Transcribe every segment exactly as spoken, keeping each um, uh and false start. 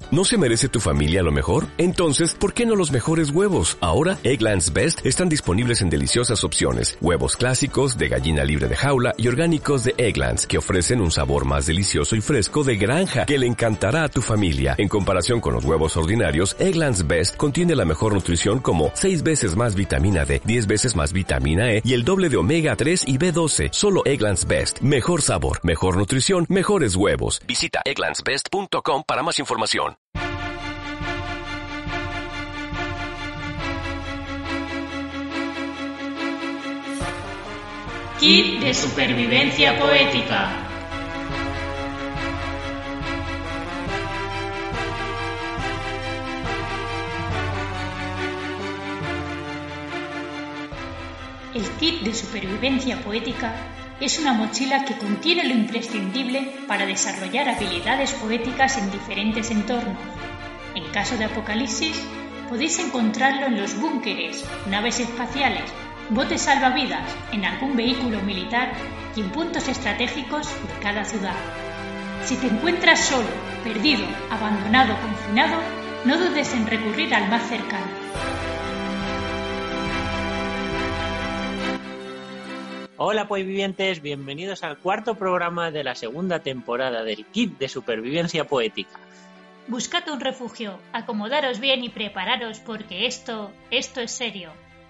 ¿No se merece tu familia lo mejor? Entonces, ¿por qué no los mejores huevos? Ahora, Eggland's Best están disponibles en deliciosas opciones. Huevos clásicos, de gallina libre de jaula y orgánicos de Eggland's, que ofrecen un sabor más delicioso y fresco de granja que le encantará a tu familia. En comparación con los huevos ordinarios, Eggland's Best contiene la mejor nutrición como seis veces más vitamina D, diez veces más vitamina E y el doble de omega tres y B doce. Solo Eggland's Best. Mejor sabor, mejor nutrición, mejores huevos. Visita egglands best punto com para más información. Kit de supervivencia poética. El kit de supervivencia poética es una mochila que contiene lo imprescindible para desarrollar habilidades poéticas en diferentes entornos. En caso de apocalipsis, podéis encontrarlo en los búnkeres, naves espaciales, botes salvavidas, en algún vehículo militar y en puntos estratégicos de cada ciudad. Si te encuentras solo, perdido, abandonado o confinado, no dudes en recurrir al más cercano. Hola pues vivientes, bienvenidos al cuarto programa de la segunda temporada del Kit de Supervivencia Poética. Buscad un refugio, acomodaros bien y prepararos porque esto, esto es serio.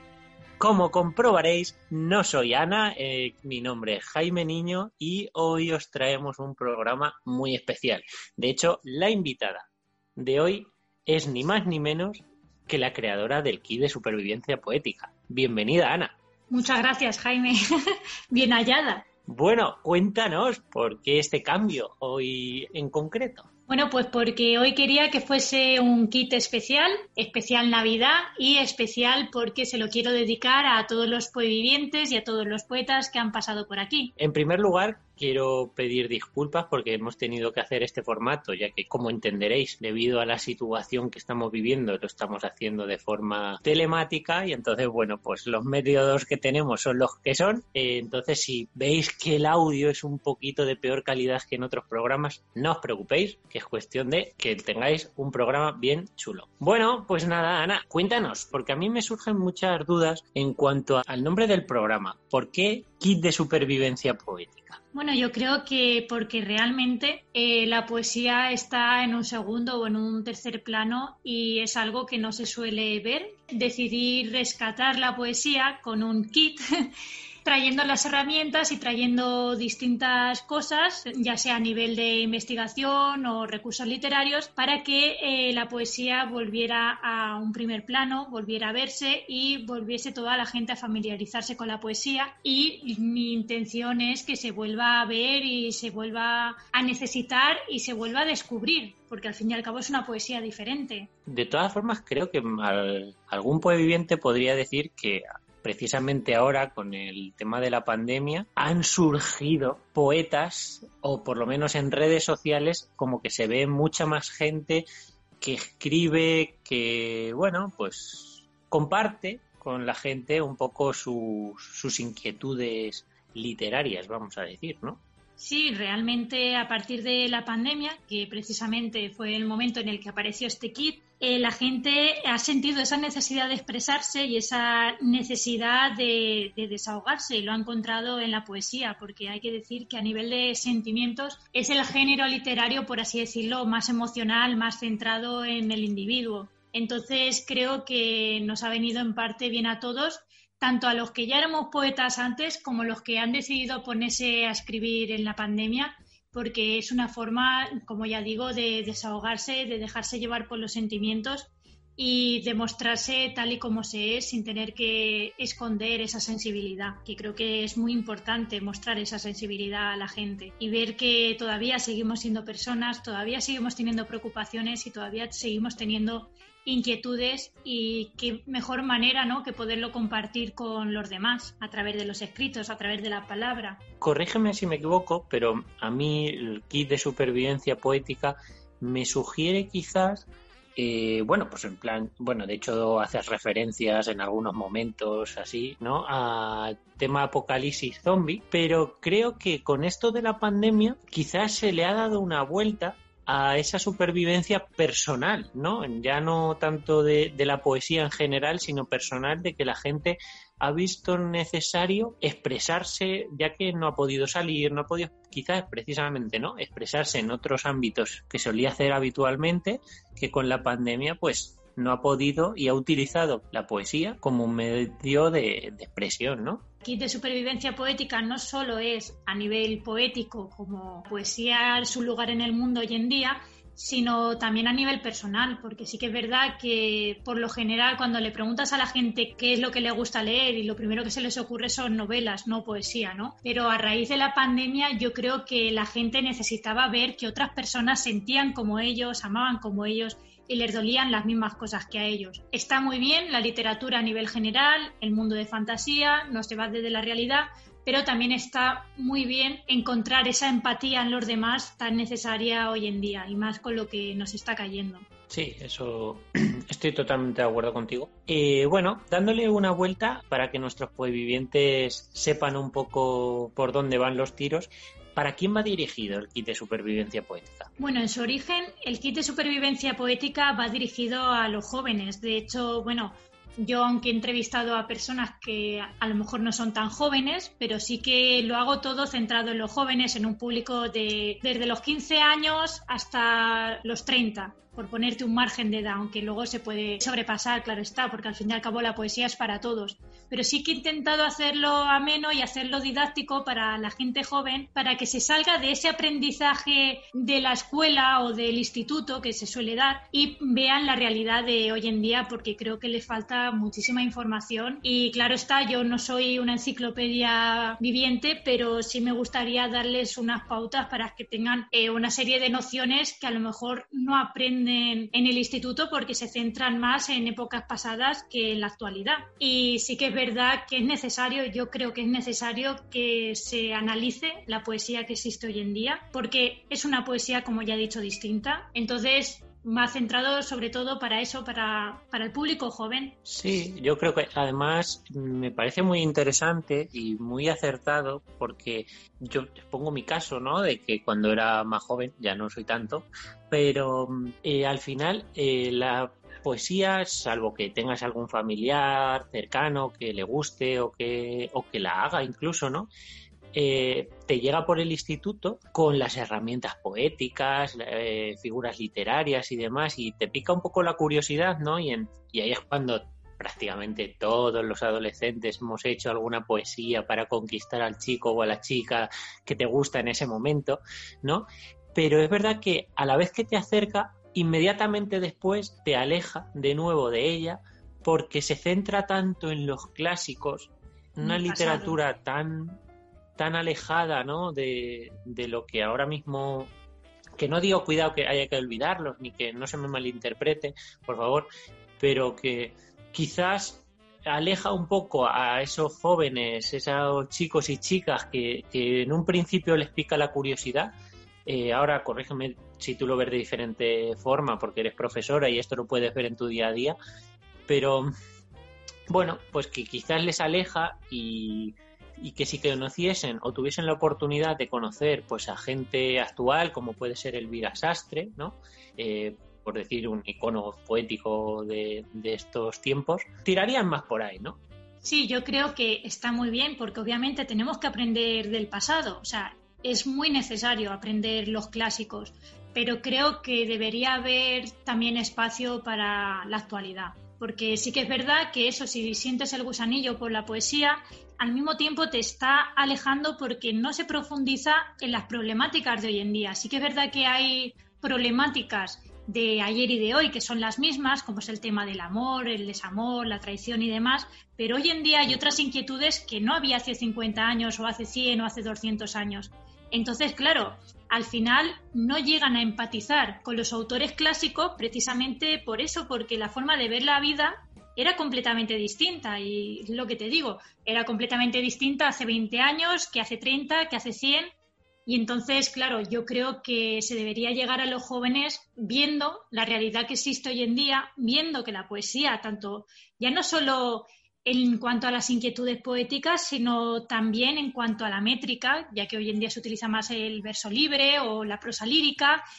Como comprobaréis, no soy Ana, eh, mi nombre es Jaime Niño y hoy os traemos un programa muy especial. De hecho, la invitada de hoy es ni más ni menos que la creadora del Kit de Supervivencia Poética. Bienvenida, Ana. Muchas gracias, Jaime. Bien hallada. Bueno, cuéntanos por qué este cambio hoy en concreto. Bueno, pues porque hoy quería que fuese un kit especial, especial Navidad y especial porque se lo quiero dedicar a todos los poevivientes y a todos los poetas que han pasado por aquí. En primer lugar, quiero pedir disculpas porque hemos tenido que hacer este formato, ya que, como entenderéis, debido a la situación que estamos viviendo, lo estamos haciendo de forma telemática y entonces, bueno, pues los métodos que tenemos son los que son. Eh, entonces, si veis que el audio es un poquito de peor calidad que en otros programas, no os preocupéis, que es cuestión de que tengáis un programa bien chulo. Bueno, pues nada, Ana, cuéntanos, porque a mí me surgen muchas dudas en cuanto al nombre del programa. ¿Por qué Kit de Supervivencia Poética? Bueno, yo creo que porque realmente eh, la poesía está en un segundo o en un tercer plano y es algo que no se suele ver. Decidí rescatar la poesía con un kit trayendo las herramientas y trayendo distintas cosas, ya sea a nivel de investigación o recursos literarios, para que eh, la poesía volviera a un primer plano, volviera a verse y volviese toda la gente a familiarizarse con la poesía. Y mi intención es que se vuelva a ver y se vuelva a necesitar y se vuelva a descubrir, porque al fin y al cabo es una poesía diferente. De todas formas, creo que al, algún poeviviente podría decir que precisamente ahora, con el tema de la pandemia, han surgido poetas, o por lo menos en redes sociales, como que se ve mucha más gente que escribe, que, bueno, pues comparte con la gente un poco sus, sus inquietudes literarias, vamos a decir, ¿no? Sí, realmente a partir de la pandemia, que precisamente fue el momento en el que apareció este kit, eh, la gente ha sentido esa necesidad de expresarse y esa necesidad de, de desahogarse y lo ha encontrado en la poesía, porque hay que decir que a nivel de sentimientos es el género literario, por así decirlo, más emocional, más centrado en el individuo. Entonces creo que nos ha venido en parte bien a todos, tanto a los que ya éramos poetas antes como los que han decidido ponerse a escribir en la pandemia, porque es una forma, como ya digo, de desahogarse, de dejarse llevar por los sentimientos y de mostrarse tal y como se es sin tener que esconder esa sensibilidad, que creo que es muy importante mostrar esa sensibilidad a la gente y ver que todavía seguimos siendo personas, todavía seguimos teniendo preocupaciones y todavía seguimos teniendo inquietudes y qué mejor manera, ¿no?, que poderlo compartir con los demás a través de los escritos, a través de la palabra. Corrígeme si me equivoco, pero a mí el kit de supervivencia poética me sugiere quizás, eh, bueno, pues en plan, bueno, de hecho haces referencias en algunos momentos así, ¿no?, a tema apocalipsis zombie, pero creo que con esto de la pandemia quizás se le ha dado una vuelta a esa supervivencia personal, ¿no? Ya no tanto de, de la poesía en general, sino personal, de que la gente ha visto necesario expresarse, ya que no ha podido salir, no ha podido, quizás precisamente, ¿no? Expresarse en otros ámbitos que solía hacer habitualmente, que con la pandemia, pues, no ha podido y ha utilizado la poesía como un medio de, de expresión, ¿no? El kit de supervivencia poética no solo es a nivel poético, como poesía su lugar en el mundo hoy en día, sino también a nivel personal, porque sí que es verdad que por lo general cuando le preguntas a la gente qué es lo que le gusta leer y lo primero que se les ocurre son novelas, no poesía, ¿no? Pero a raíz de la pandemia yo creo que la gente necesitaba ver que otras personas sentían como ellos, amaban como ellos y les dolían las mismas cosas que a ellos. Está muy bien la literatura a nivel general, el mundo de fantasía, no se va desde la realidad, pero también está muy bien encontrar esa empatía en los demás tan necesaria hoy en día, y más con lo que nos está cayendo. Sí, eso estoy totalmente de acuerdo contigo. Eh, bueno, dándole una vuelta para que nuestros vivientes sepan un poco por dónde van los tiros, ¿para quién va dirigido el kit de supervivencia poética? Bueno, en su origen, el kit de supervivencia poética va dirigido a los jóvenes. De hecho, bueno, yo aunque he entrevistado a personas que a lo mejor no son tan jóvenes, pero sí que lo hago todo centrado en los jóvenes, en un público de desde los quince años hasta los treinta. Por ponerte un margen de edad, aunque luego se puede sobrepasar, claro está, porque al fin y al cabo la poesía es para todos. Pero sí que he intentado hacerlo ameno y hacerlo didáctico para la gente joven, para que se salga de ese aprendizaje de la escuela o del instituto que se suele dar y vean la realidad de hoy en día, porque creo que les falta muchísima información. Y claro está, yo no soy una enciclopedia viviente, pero sí me gustaría darles unas pautas para que tengan eh, una serie de nociones que a lo mejor no aprenden en el instituto porque se centran más en épocas pasadas que en la actualidad. Y sí que es verdad que es necesario, yo creo que es necesario que se analice la poesía que existe hoy en día, porque es una poesía, como ya he dicho, distinta. Entonces, más centrado sobre todo para eso, para, para el público joven. Sí, yo creo que además me parece muy interesante y muy acertado, porque yo pongo mi caso, ¿no? De que cuando era más joven, ya no soy tanto, pero eh, al final eh, la poesía, salvo que tengas algún familiar cercano que le guste o que, o que la haga incluso, ¿no? Eh, te llega por el instituto con las herramientas poéticas, eh, figuras literarias y demás, y te pica un poco la curiosidad, ¿no? Y, en, y ahí es cuando prácticamente todos los adolescentes hemos hecho alguna poesía para conquistar al chico o a la chica que te gusta en ese momento, ¿no? Pero es verdad que a la vez que te acerca, inmediatamente después te aleja de nuevo de ella, porque se centra tanto en los clásicos, una literatura tan... tan alejada, ¿no? de, de lo que ahora mismo, que no digo cuidado que haya que olvidarlos, ni que no se me malinterprete, por favor, pero que quizás aleja un poco a esos jóvenes, esos chicos y chicas que, que en un principio les pica la curiosidad. Eh, ahora, corrígeme si tú lo ves de diferente forma, porque eres profesora y esto lo puedes ver en tu día a día, pero bueno, pues que quizás les aleja y... y que si conociesen o tuviesen la oportunidad de conocer pues a gente actual como puede ser Elvira Sastre, ¿no? Eh, por decir un icono poético de, de estos tiempos, tirarían más por ahí, ¿no? Sí, yo creo que está muy bien porque obviamente tenemos que aprender del pasado, o sea, es muy necesario aprender los clásicos, pero creo que debería haber también espacio para la actualidad. Porque sí que es verdad que eso, si sientes el gusanillo por la poesía, al mismo tiempo te está alejando porque no se profundiza en las problemáticas de hoy en día. Sí que es verdad que hay problemáticas de ayer y de hoy que son las mismas, como es el tema del amor, el desamor, la traición y demás, pero hoy en día hay otras inquietudes que no había hace cincuenta años o hace cien o hace doscientos años. Entonces, claro, al final no llegan a empatizar con los autores clásicos precisamente por eso, porque la forma de ver la vida era completamente distinta. Y lo que te digo, era completamente distinta hace veinte años, que hace treinta, que hace cien. Y entonces, claro, yo creo que se debería llegar a los jóvenes viendo la realidad que existe hoy en día, viendo que la poesía, tanto ya no solo en cuanto a las inquietudes poéticas, sino también en cuanto a la métrica, ya que hoy en día se utiliza más el verso libre o la prosa lírica.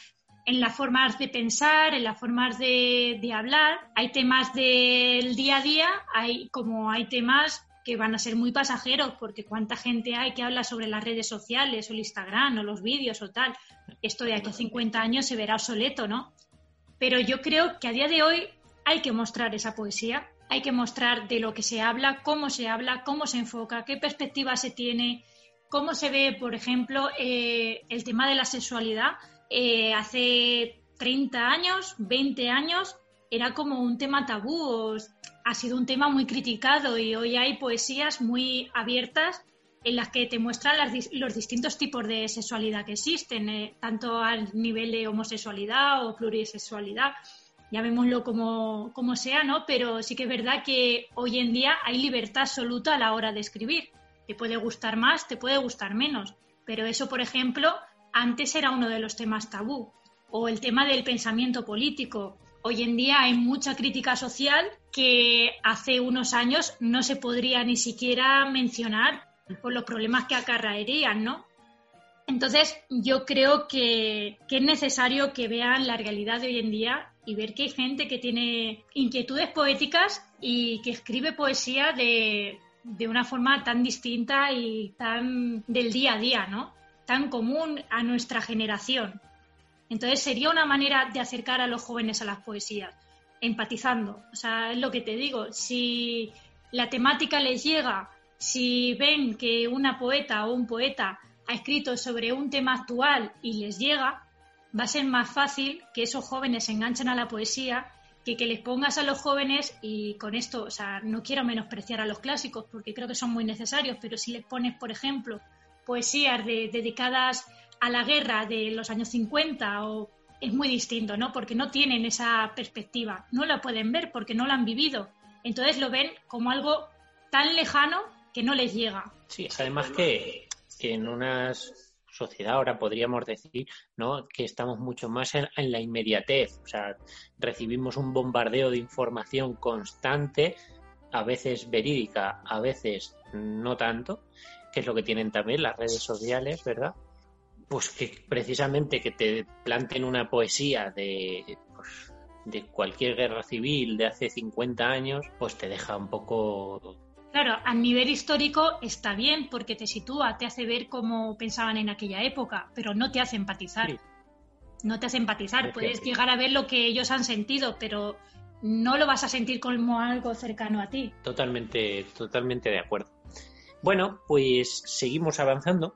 en las formas de pensar, en las formas de, de hablar. Hay temas del día a día, hay como hay temas que van a ser muy pasajeros, porque cuánta gente hay que habla sobre las redes sociales o el Instagram o los vídeos o tal. Esto de aquí a cincuenta años se verá obsoleto, ¿no? Pero yo creo que a día de hoy hay que mostrar esa poesía, hay que mostrar de lo que se habla, cómo se habla, cómo se enfoca, qué perspectiva se tiene, cómo se ve, por ejemplo, eh, el tema de la sexualidad. Eh, hace treinta años, veinte años, era como un tema tabú, o ha sido un tema muy criticado, y hoy hay poesías muy abiertas en las que te muestran las, los distintos tipos de sexualidad que existen, eh, tanto al nivel de homosexualidad o plurisexualidad, llamémoslo como, como sea, ¿no? Pero sí que es verdad que hoy en día hay libertad absoluta a la hora de escribir. Te puede gustar más, te puede gustar menos, pero eso, por ejemplo, antes era uno de los temas tabú. O el tema del pensamiento político. Hoy en día hay mucha crítica social que hace unos años no se podría ni siquiera mencionar por los problemas que acarrearían, ¿no? Entonces, yo creo que, que es necesario que vean la realidad de hoy en día y ver que hay gente que tiene inquietudes poéticas y que escribe poesía de, de una forma tan distinta y tan del día a día, ¿no? Tan común a nuestra generación. Entonces sería una manera de acercar a los jóvenes a las poesías, empatizando. O sea, es lo que te digo, si la temática les llega, si ven que una poeta o un poeta ha escrito sobre un tema actual y les llega, va a ser más fácil que esos jóvenes se enganchen a la poesía que que les pongas a los jóvenes, y con esto, o sea, no quiero menospreciar a los clásicos porque creo que son muy necesarios, pero si les pones, por ejemplo, poesías de, dedicadas a la guerra de los años cincuenta, o, es muy distinto, ¿no? Porque no tienen esa perspectiva, no la pueden ver porque no la han vivido. Entonces lo ven como algo tan lejano que no les llega. Sí, además que, que en una sociedad ahora podríamos decir, ¿no?, que estamos mucho más en, en la inmediatez. O sea, recibimos un bombardeo de información constante, a veces verídica, a veces no tanto, que es lo que tienen también las redes sociales, ¿verdad? Pues que precisamente que te planten una poesía de, pues, de cualquier guerra civil de hace cincuenta años, pues te deja un poco... Claro, a nivel histórico está bien porque te sitúa, te hace ver cómo pensaban en aquella época, pero no te hace empatizar. Sí. No te hace empatizar, es puedes que... llegar a ver lo que ellos han sentido, pero no lo vas a sentir como algo cercano a ti. Totalmente, totalmente de acuerdo. Bueno, pues seguimos avanzando.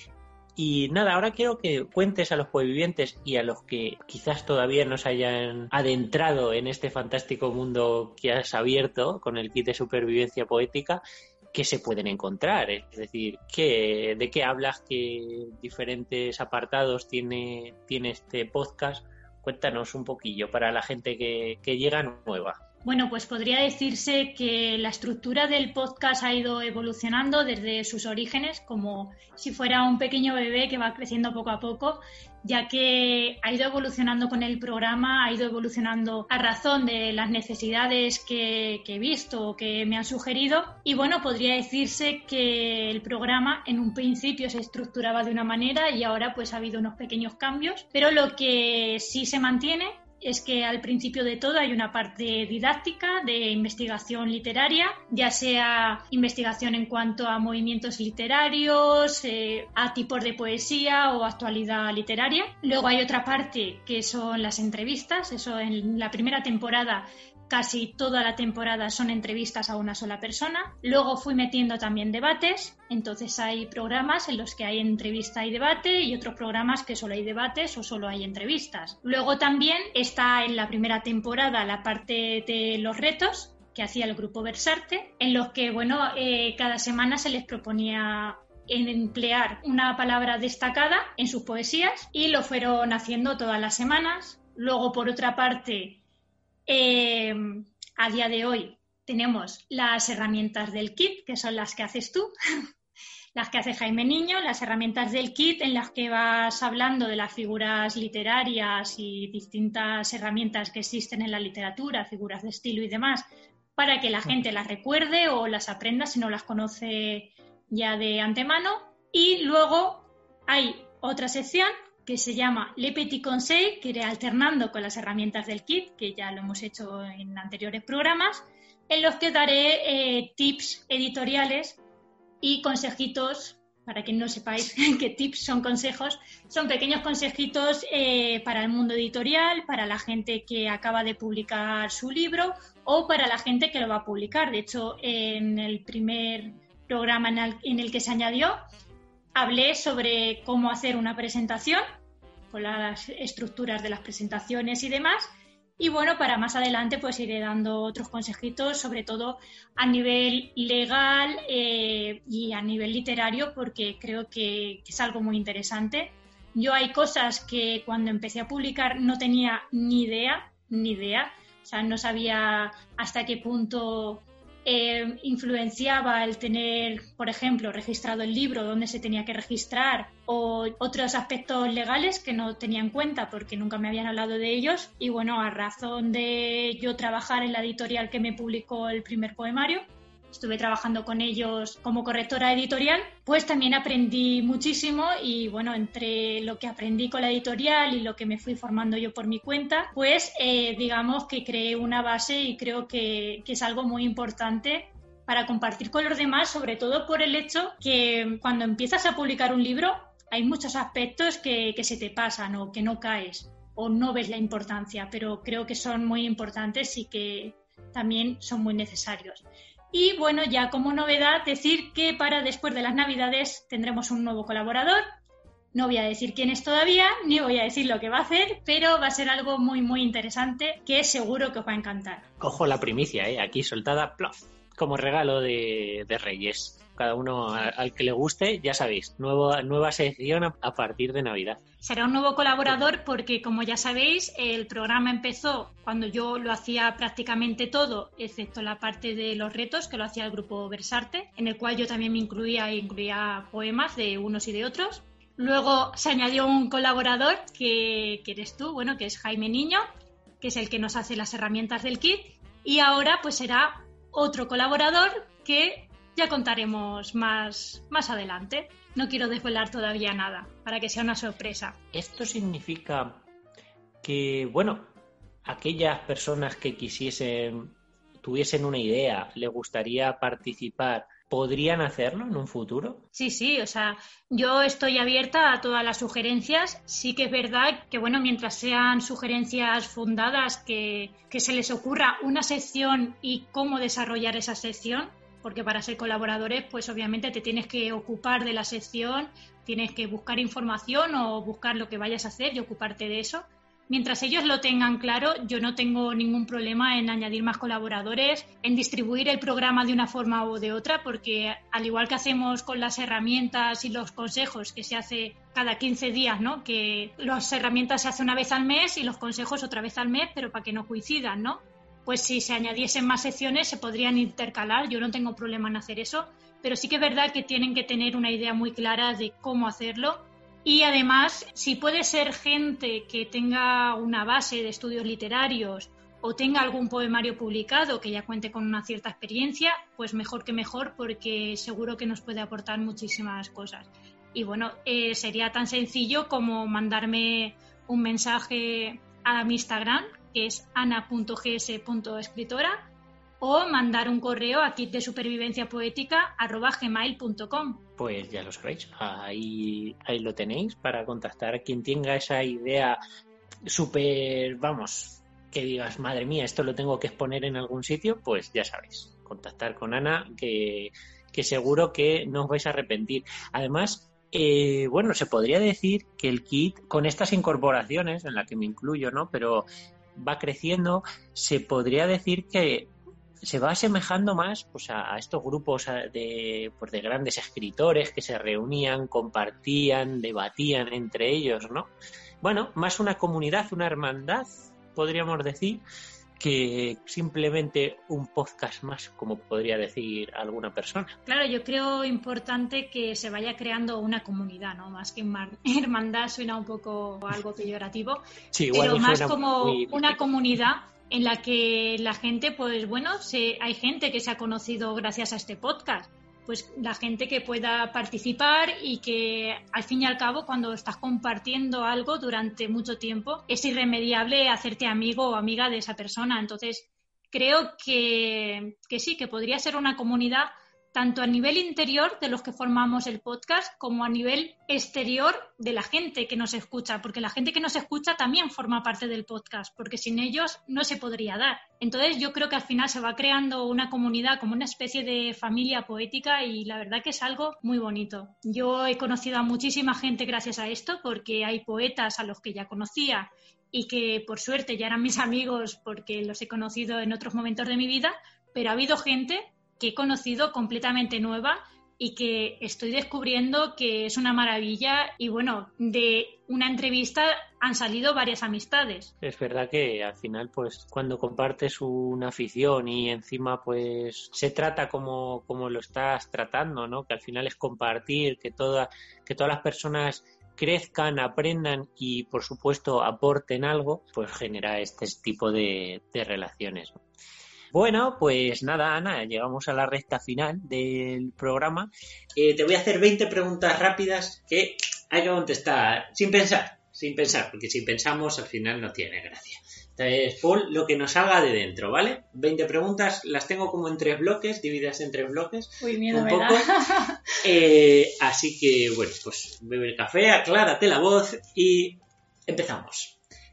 Y nada, ahora quiero que cuentes a los poevivientes y a los que quizás todavía no se hayan adentrado en este fantástico mundo que has abierto con el kit de supervivencia poética, qué se pueden encontrar. Es decir, ¿qué, de qué hablas, qué diferentes apartados tiene, tiene este podcast? Cuéntanos un poquillo para la gente que, que llega nueva. Bueno, pues podría decirse que la estructura del podcast ha ido evolucionando desde sus orígenes, como si fuera un pequeño bebé que va creciendo poco a poco, ya que ha ido evolucionando con el programa, ha ido evolucionando a razón de las necesidades que, que he visto o que me han sugerido. Y bueno, podría decirse que el programa en un principio se estructuraba de una manera y ahora pues ha habido unos pequeños cambios, pero lo que sí se mantiene es que al principio de todo hay una parte didáctica de investigación literaria, ya sea investigación en cuanto a movimientos literarios, eh, a tipos de poesía o actualidad literaria. Luego hay otra parte que son las entrevistas, eso en la primera temporada. Casi toda la temporada son entrevistas a una sola persona. Luego fui metiendo también debates, entonces hay programas en los que hay entrevista y debate y otros programas que solo hay debates o solo hay entrevistas. Luego también está en la primera temporada la parte de los retos que hacía el grupo Versarte, en los que bueno, eh, cada semana se les proponía en emplear una palabra destacada en sus poesías y lo fueron haciendo todas las semanas. Luego, por otra parte, Eh, a día de hoy tenemos las herramientas del kit, que son las que haces tú, las que hace Jaime Niño, las herramientas del kit en las que vas hablando de las figuras literarias y distintas herramientas que existen en la literatura, figuras de estilo y demás, para que la gente las recuerde o las aprenda si no las conoce ya de antemano. Y luego hay otra sección que se llama Le Petit Conseil, que iré alternando con las herramientas del kit, que ya lo hemos hecho en anteriores programas, en los que daré eh, tips editoriales y consejitos. Para que no sepáis qué tips son consejos, son pequeños consejitos eh, para el mundo editorial, para la gente que acaba de publicar su libro o para la gente que lo va a publicar. De hecho, en el primer programa en el, en el que se añadió, hablé sobre cómo hacer una presentación, con las estructuras de las presentaciones y demás. Y bueno, para más adelante pues iré dando otros consejitos, sobre todo a nivel legal eh, y a nivel literario, porque creo que, que es algo muy interesante. Yo hay cosas que cuando empecé a publicar no tenía ni idea, ni idea. O sea, no sabía hasta qué punto eh, influenciaba el tener, por ejemplo, registrado el libro, dónde se tenía que registrar, o otros aspectos legales que no tenía en cuenta porque nunca me habían hablado de ellos. Y bueno, a razón de yo trabajar en la editorial que me publicó el primer poemario, estuve trabajando con ellos como correctora editorial, pues también aprendí muchísimo. Y bueno, entre lo que aprendí con la editorial y lo que me fui formando yo por mi cuenta, pues eh, digamos que creé una base y creo que, que es algo muy importante para compartir con los demás, sobre todo por el hecho que cuando empiezas a publicar un libro hay muchos aspectos que, que se te pasan o que no caes o no ves la importancia, pero creo que son muy importantes y que también son muy necesarios. Y bueno, ya como novedad, decir que para después de las Navidades tendremos un nuevo colaborador. No voy a decir quién es todavía, ni voy a decir lo que va a hacer, pero va a ser algo muy, muy interesante que seguro que os va a encantar. Cojo la primicia, ¿eh? Aquí soltada, plof, como regalo de, de Reyes. Cada uno a, al que le guste, ya sabéis, nuevo, nueva sección a, a partir de Navidad. Será un nuevo colaborador porque, como ya sabéis, el programa empezó cuando yo lo hacía prácticamente todo, excepto la parte de los retos, que lo hacía el grupo Versarte, en el cual yo también me incluía e incluía poemas de unos y de otros. Luego se añadió un colaborador, que, que eres tú, bueno, que es Jaime Niño, que es el que nos hace las herramientas del kit. Y ahora pues será otro colaborador que ya contaremos más, más adelante. No quiero desvelar todavía nada, para que sea una sorpresa. Esto significa que, bueno, aquellas personas que quisiesen, tuviesen una idea, le gustaría participar, ¿podrían hacerlo en un futuro? Sí, sí, o sea, yo estoy abierta a todas las sugerencias. Sí que es verdad que, bueno, mientras sean sugerencias fundadas, que, que se les ocurra una sección y cómo desarrollar esa sección, porque para ser colaboradores, pues obviamente te tienes que ocupar de la sección, tienes que buscar información o buscar lo que vayas a hacer y ocuparte de eso. Mientras ellos lo tengan claro, yo no tengo ningún problema en añadir más colaboradores, en distribuir el programa de una forma u de otra, porque al igual que hacemos con las herramientas y los consejos, que se hace cada quince días, ¿no? Que las herramientas se hacen una vez al mes y los consejos otra vez al mes, pero para que no coincidan, ¿no? Pues si se añadiesen más secciones se podrían intercalar, yo no tengo problema en hacer eso, pero sí que es verdad que tienen que tener una idea muy clara de cómo hacerlo. Y además, si puede ser gente que tenga una base de estudios literarios o tenga algún poemario publicado que ya cuente con una cierta experiencia, pues mejor que mejor, porque seguro que nos puede aportar muchísimas cosas. Y bueno, eh, sería tan sencillo como mandarme un mensaje a mi Instagram, que es ana punto g s punto escritora, o mandar un correo a kit de supervivencia poética arroba gmail punto com. Pues ya lo sabéis, ahí, ahí lo tenéis para contactar a quien tenga esa idea súper, vamos, que digas, madre mía, esto lo tengo que exponer en algún sitio, pues ya sabéis, contactar con Ana, que, que seguro que no os vais a arrepentir. Además, eh, bueno, se podría decir que el kit, con estas incorporaciones, en las que me incluyo, ¿no? Pero va creciendo, se podría decir que se va asemejando más pues, a, a estos grupos de, pues, de grandes escritores que se reunían, compartían, debatían entre ellos, ¿no? Bueno, más una comunidad, una hermandad, podríamos decir, que simplemente un podcast más, como podría decir alguna persona. Claro, yo creo importante que se vaya creando una comunidad, ¿no? Más que hermandad suena un poco algo peyorativo, sí, igual pero más como muy... una comunidad en la que la gente, pues bueno, se, hay gente que se ha conocido gracias a este podcast. pues la gente que pueda participar y que al fin y al cabo cuando estás compartiendo algo durante mucho tiempo es irremediable hacerte amigo o amiga de esa persona. Entonces creo que, que sí, que podría ser una comunidad tanto a nivel interior de los que formamos el podcast como a nivel exterior de la gente que nos escucha, porque la gente que nos escucha también forma parte del podcast, porque sin ellos no se podría dar. Entonces yo creo que al final se va creando una comunidad como una especie de familia poética y la verdad que es algo muy bonito. Yo he conocido a muchísima gente gracias a esto, porque hay poetas a los que ya conocía y que por suerte ya eran mis amigos porque los he conocido en otros momentos de mi vida, pero ha habido gente que he conocido completamente nueva y que estoy descubriendo que es una maravilla y bueno, de una entrevista han salido varias amistades. Es verdad que al final pues cuando compartes una afición y encima pues se trata como, como lo estás tratando, ¿no? Que al final es compartir, que, toda, que todas las personas crezcan, aprendan y por supuesto aporten algo, pues genera este tipo de, de relaciones, ¿no? Bueno, pues nada, Ana, llegamos a la recta final del programa. Eh, te voy a hacer veinte preguntas rápidas que hay que contestar sin pensar, sin pensar, porque si pensamos al final no tiene gracia. Entonces, Paul, lo que nos salga de dentro, ¿vale? veinte preguntas, las tengo como en tres bloques, divididas en tres bloques. Uy, miedo, un ¿verdad? poco. Eh, así que, bueno, pues bebe el café, aclárate la voz y empezamos.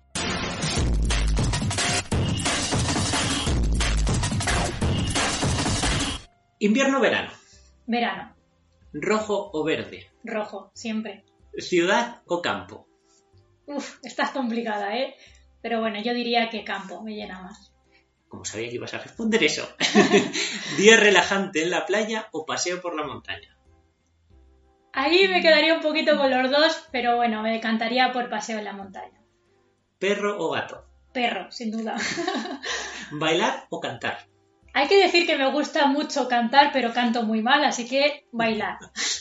Invierno o verano. Verano. Rojo o verde. Rojo, siempre. Ciudad o campo. Uf, esta es complicada, ¿eh? Pero bueno, yo diría que campo, me llena más. Como sabía que ibas a responder eso. Día relajante en la playa o paseo por la montaña. Ahí me quedaría un poquito con los dos, pero bueno, me decantaría por paseo en la montaña. Perro o gato. Perro, sin duda. Bailar o cantar. Hay que decir que me gusta mucho cantar, pero canto muy mal, así que bailar.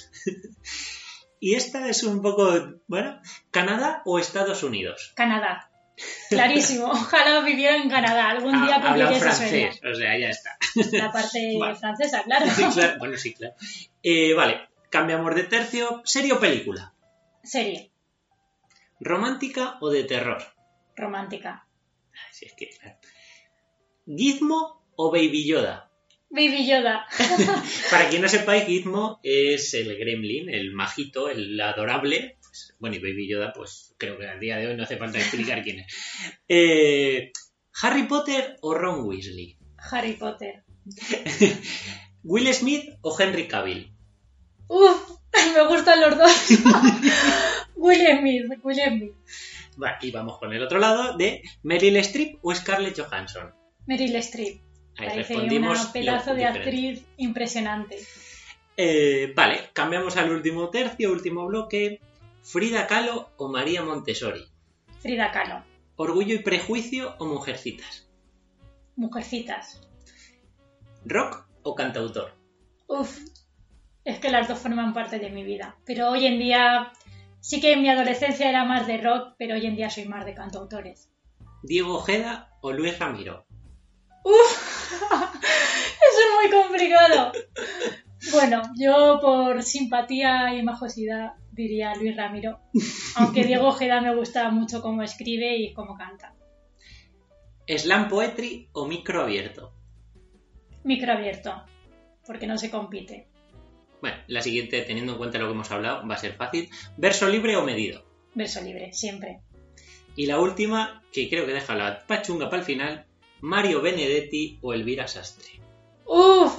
Y esta es un poco, bueno, ¿Canadá o Estados Unidos? Canadá. Clarísimo. Ojalá viviera en Canadá. Algún día Habla cumpliré ese francés, sueño. o sea, ya está. La parte Vale. francesa, claro. Sí, claro. Bueno, sí, claro. Eh, vale, cambiamos de tercio. ¿Serie o película? Serie. ¿Romántica o de terror? Romántica. Ay, sí, es que, claro. ¿Gizmo o Baby Yoda? Baby Yoda. Para quien no sepáis, Gizmo es el gremlin, el majito, el adorable. Pues, bueno, y Baby Yoda, pues creo que al día de hoy no hace falta explicar quién es. Eh, ¿Harry Potter o Ron Weasley? Harry Potter. ¿Will Smith o Henry Cavill? Uf, me gustan los dos. Will Smith, Will Smith. Vale, y vamos con el otro lado de Meryl Streep o Scarlett Johansson. Meryl Streep. Ahí Parece respondimos una pedazo lo de diferente. actriz impresionante. Eh, vale, cambiamos al último tercio, último bloque. ¿Frida Kahlo o María Montessori? Frida Kahlo. ¿Orgullo y prejuicio o Mujercitas? Mujercitas. ¿Rock o cantautor? Uf, es que las dos forman parte de mi vida. Pero hoy en día, sí que en mi adolescencia era más de rock, pero hoy en día soy más de cantautores. ¿Diego Ojeda o Luis Ramiro? ¡Uf! Eso es muy complicado. Bueno, yo por simpatía y majosidad diría Luis Ramiro, aunque Diego Ojeda me gusta mucho cómo escribe y cómo canta. ¿Slam poetry o micro abierto? Micro abierto, porque no se compite. Bueno, la siguiente, teniendo en cuenta lo que hemos hablado, va a ser fácil. ¿Verso libre o medido? Verso libre, siempre. Y la última, que creo que deja la pachunga para el final, ¿Mario Benedetti o Elvira Sastre? ¡Uf!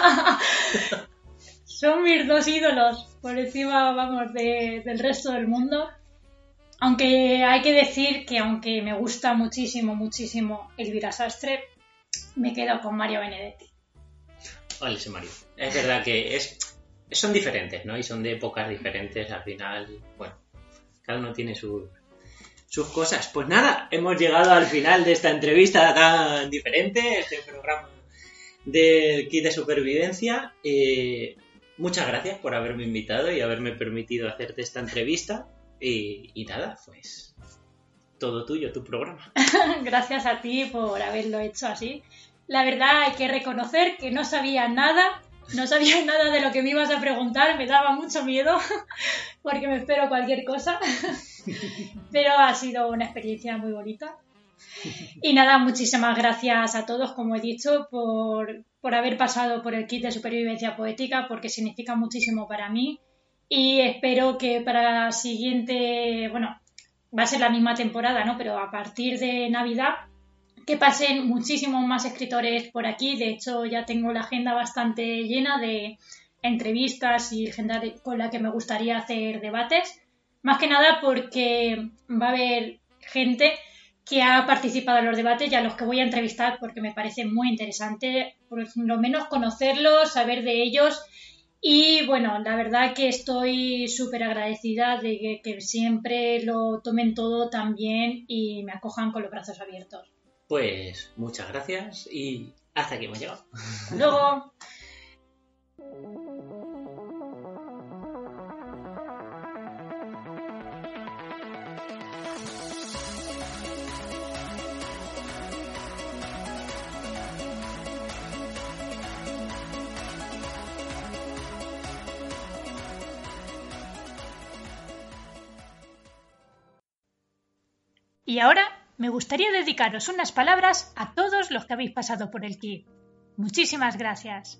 Son mis dos ídolos, por encima, vamos, de, del resto del mundo. Aunque hay que decir que aunque me gusta muchísimo, muchísimo Elvira Sastre, me quedo con Mario Benedetti. Vale, ese Mario. Es verdad que es, son diferentes, ¿no? Y son de épocas diferentes, al final, bueno, cada uno tiene su... sus cosas. Pues nada, hemos llegado al final de esta entrevista tan diferente, este programa del kit de supervivencia. Eh, muchas gracias por haberme invitado y haberme permitido hacerte esta entrevista. Y, y nada, pues todo tuyo, tu programa. Gracias a ti por haberlo hecho así. La verdad hay que reconocer que no sabía nada No sabía nada de lo que me ibas a preguntar, me daba mucho miedo porque me espero cualquier cosa, pero ha sido una experiencia muy bonita. Y nada, muchísimas gracias a todos, como he dicho, por, por haber pasado por el kit de supervivencia poética, porque significa muchísimo para mí, y espero que para la siguiente, bueno, va a ser la misma temporada, ¿no? Pero a partir de Navidad, que pasen muchísimos más escritores por aquí. De hecho, ya tengo la agenda bastante llena de entrevistas y gente con la que me gustaría hacer debates. Más que nada porque va a haber gente que ha participado en los debates y a los que voy a entrevistar porque me parece muy interesante, por lo menos conocerlos, saber de ellos. Y bueno, la verdad que estoy súper agradecida de que, que siempre lo tomen todo tan bien y me acojan con los brazos abiertos. Pues muchas gracias y hasta aquí hemos llegado. Hasta luego. Y ahora me gustaría dedicaros unas palabras a todos los que habéis pasado por el kit. Muchísimas gracias.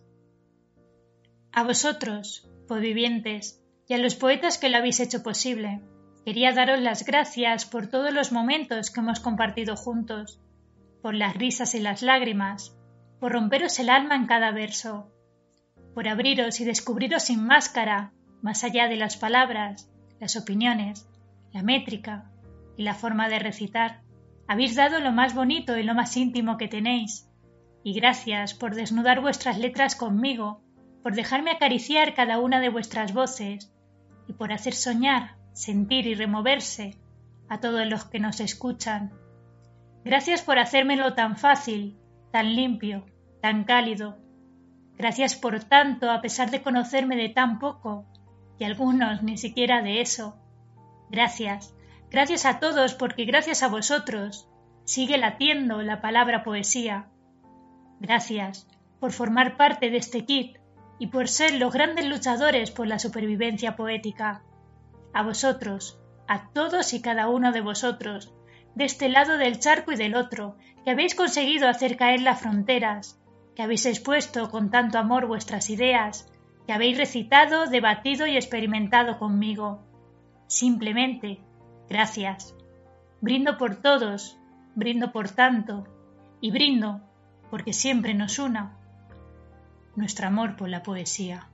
A vosotros, podvivientes, y a los poetas que lo habéis hecho posible, quería daros las gracias por todos los momentos que hemos compartido juntos, por las risas y las lágrimas, por romperos el alma en cada verso, por abriros y descubriros sin máscara, más allá de las palabras, las opiniones, la métrica y la forma de recitar. Habéis dado lo más bonito y lo más íntimo que tenéis, y gracias por desnudar vuestras letras conmigo, por dejarme acariciar cada una de vuestras voces, y por hacer soñar, sentir y removerse a todos los que nos escuchan. Gracias por hacérmelo tan fácil, tan limpio, tan cálido. Gracias por tanto a pesar de conocerme de tan poco, y algunos ni siquiera de eso. Gracias. Gracias a todos porque gracias a vosotros sigue latiendo la palabra poesía. Gracias por formar parte de este kit y por ser los grandes luchadores por la supervivencia poética. A vosotros, a todos y cada uno de vosotros, de este lado del charco y del otro, que habéis conseguido hacer caer las fronteras, que habéis expuesto con tanto amor vuestras ideas, que habéis recitado, debatido y experimentado conmigo. Simplemente, gracias. Brindo por todos, brindo por tanto, y brindo porque siempre nos una nuestro amor por la poesía.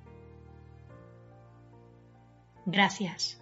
Gracias.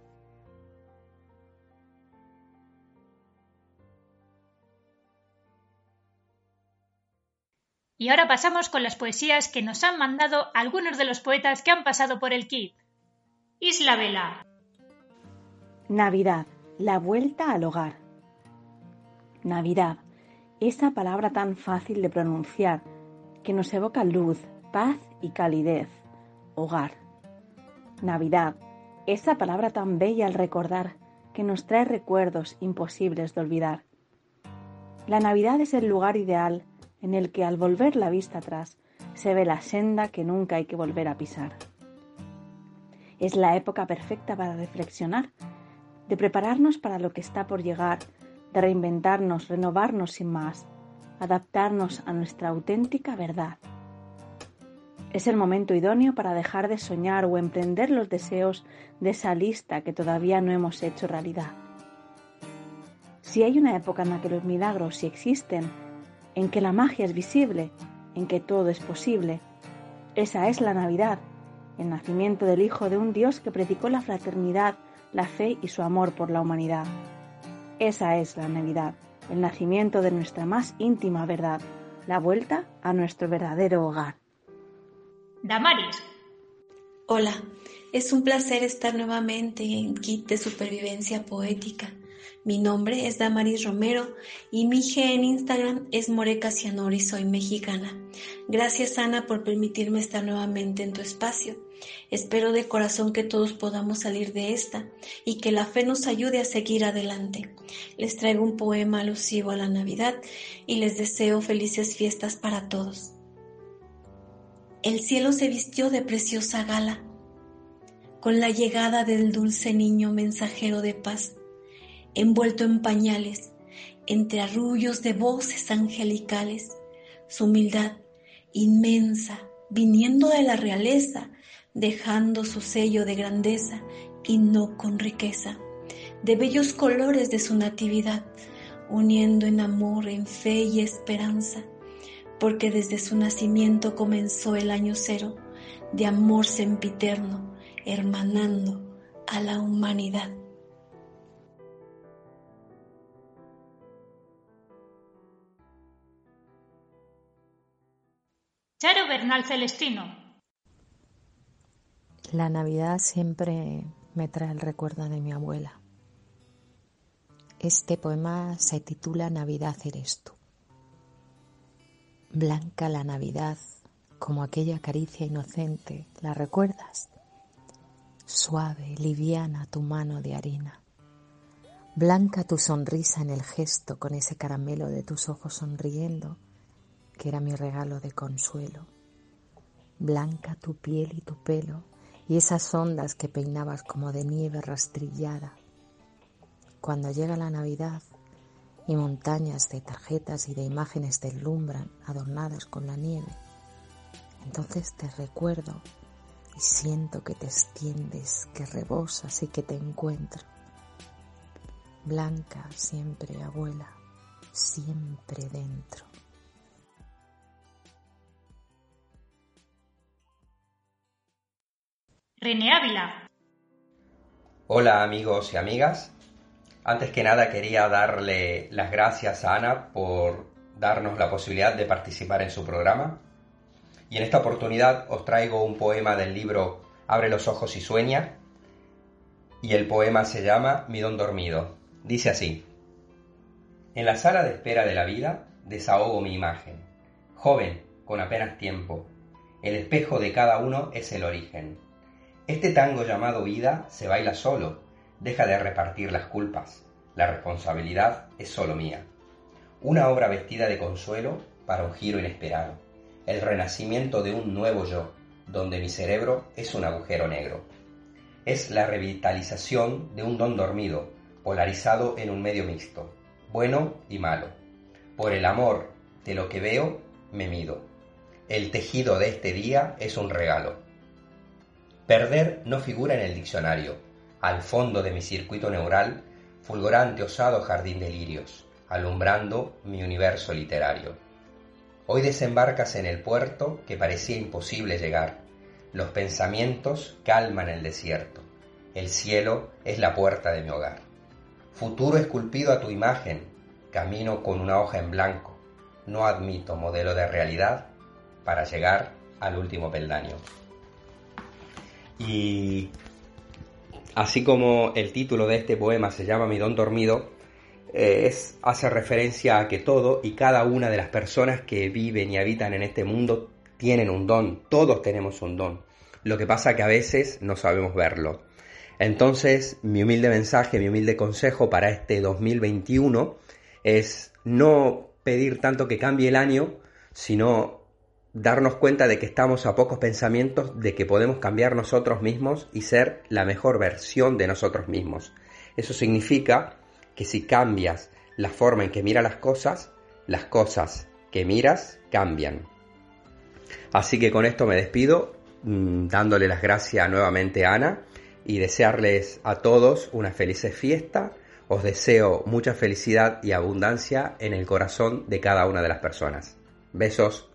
Y ahora pasamos con las poesías que nos han mandado algunos de los poetas que han pasado por el kit. Isla Vela. Navidad, la vuelta al hogar. Navidad, esa palabra tan fácil de pronunciar que nos evoca luz, paz y calidez. Hogar. Navidad, esa palabra tan bella al recordar que nos trae recuerdos imposibles de olvidar. La Navidad es el lugar ideal en el que al volver la vista atrás se ve la senda que nunca hay que volver a pisar. Es la época perfecta para reflexionar, de prepararnos para lo que está por llegar, de reinventarnos, renovarnos sin más, adaptarnos a nuestra auténtica verdad. Es el momento idóneo para dejar de soñar o emprender los deseos de esa lista que todavía no hemos hecho realidad. Si hay una época en la que los milagros sí existen, en que la magia es visible, en que todo es posible, esa es la Navidad, el nacimiento del Hijo de un Dios que predicó la fraternidad, la fe y su amor por la humanidad. Esa es la Navidad, el nacimiento de nuestra más íntima verdad, la vuelta a nuestro verdadero hogar. Damaris. Hola, es un placer estar nuevamente en Kit de Supervivencia Poética. Mi nombre es Damaris Romero y mi G en Instagram es Moreca Cianori, soy mexicana. Gracias, Ana, por permitirme estar nuevamente en tu espacio. Espero de corazón que todos podamos salir de esta y que la fe nos ayude a seguir adelante. Les traigo un poema alusivo a la Navidad y les deseo felices fiestas para todos. el cielo se vistió de preciosa gala, con la llegada del dulce niño mensajero de paz, envuelto en pañales, entre arrullos de voces angelicales, su humildad inmensa, viniendo de la realeza, dejando su sello de grandeza y no con riqueza, de bellos colores de su natividad, uniendo en amor, en fe y esperanza, porque desde su nacimiento comenzó el año cero de amor sempiterno, hermanando a la humanidad. Charo Bernal Celestino. La Navidad siempre me trae el recuerdo de mi abuela. Este poema se titula Navidad eres tú. Blanca la Navidad, como aquella caricia inocente, ¿la recuerdas? Suave, liviana tu mano de harina. Blanca tu sonrisa en el gesto con ese caramelo de tus ojos sonriendo, que era mi regalo de consuelo. Blanca tu piel y tu pelo y esas ondas que peinabas como de nieve rastrillada. Cuando llega la Navidad y montañas de tarjetas y de imágenes deslumbran adornadas con la nieve, entonces te recuerdo y siento que te extiendes, que rebosas y que te encuentro. Blanca siempre abuela, siempre dentro. René Ávila. Hola amigos y amigas. Antes que nada quería darle las gracias a Ana por darnos la posibilidad de participar en su programa. Y en esta oportunidad os traigo un poema del libro Abre los ojos y sueña. Y el poema se llama Mi don dormido. Dice así: en la sala de espera de la vida desahogo mi imagen. Joven, con apenas tiempo. El espejo de cada uno es el origen. Este tango llamado vida se baila solo. Deja de repartir las culpas. La responsabilidad es solo mía. Una obra vestida de consuelo para un giro inesperado. El renacimiento de un nuevo yo, donde mi cerebro es un agujero negro. Es la revitalización de un don dormido, polarizado en un medio mixto, bueno y malo. Por el amor de lo que veo, me mido. El tejido de este día es un regalo. Perder no figura en el diccionario. Al fondo de mi circuito neural, fulgurante osado jardín de lirios, alumbrando mi universo literario. Hoy desembarcas en el puerto que parecía imposible llegar. Los pensamientos calman el desierto. El cielo es la puerta de mi hogar. Futuro esculpido a tu imagen, camino con una hoja en blanco. No admito modelo de realidad para llegar al último peldaño. Y así como el título de este poema se llama Mi don dormido, eh, es, hace referencia a que todo y cada una de las personas que viven y habitan en este mundo tienen un don. Todos tenemos un don. Lo que pasa que a veces no sabemos verlo. Entonces, mi humilde mensaje, mi humilde consejo para este dos mil veintiuno es no pedir tanto que cambie el año, sino darnos cuenta de que estamos a pocos pensamientos de que podemos cambiar nosotros mismos y ser la mejor versión de nosotros mismos. Eso significa que si cambias la forma en que miras las cosas, las cosas que miras cambian. Así que con esto me despido, dándole las gracias nuevamente a Ana y desearles a todos una feliz fiesta. Os deseo mucha felicidad y abundancia en el corazón de cada una de las personas. Besos.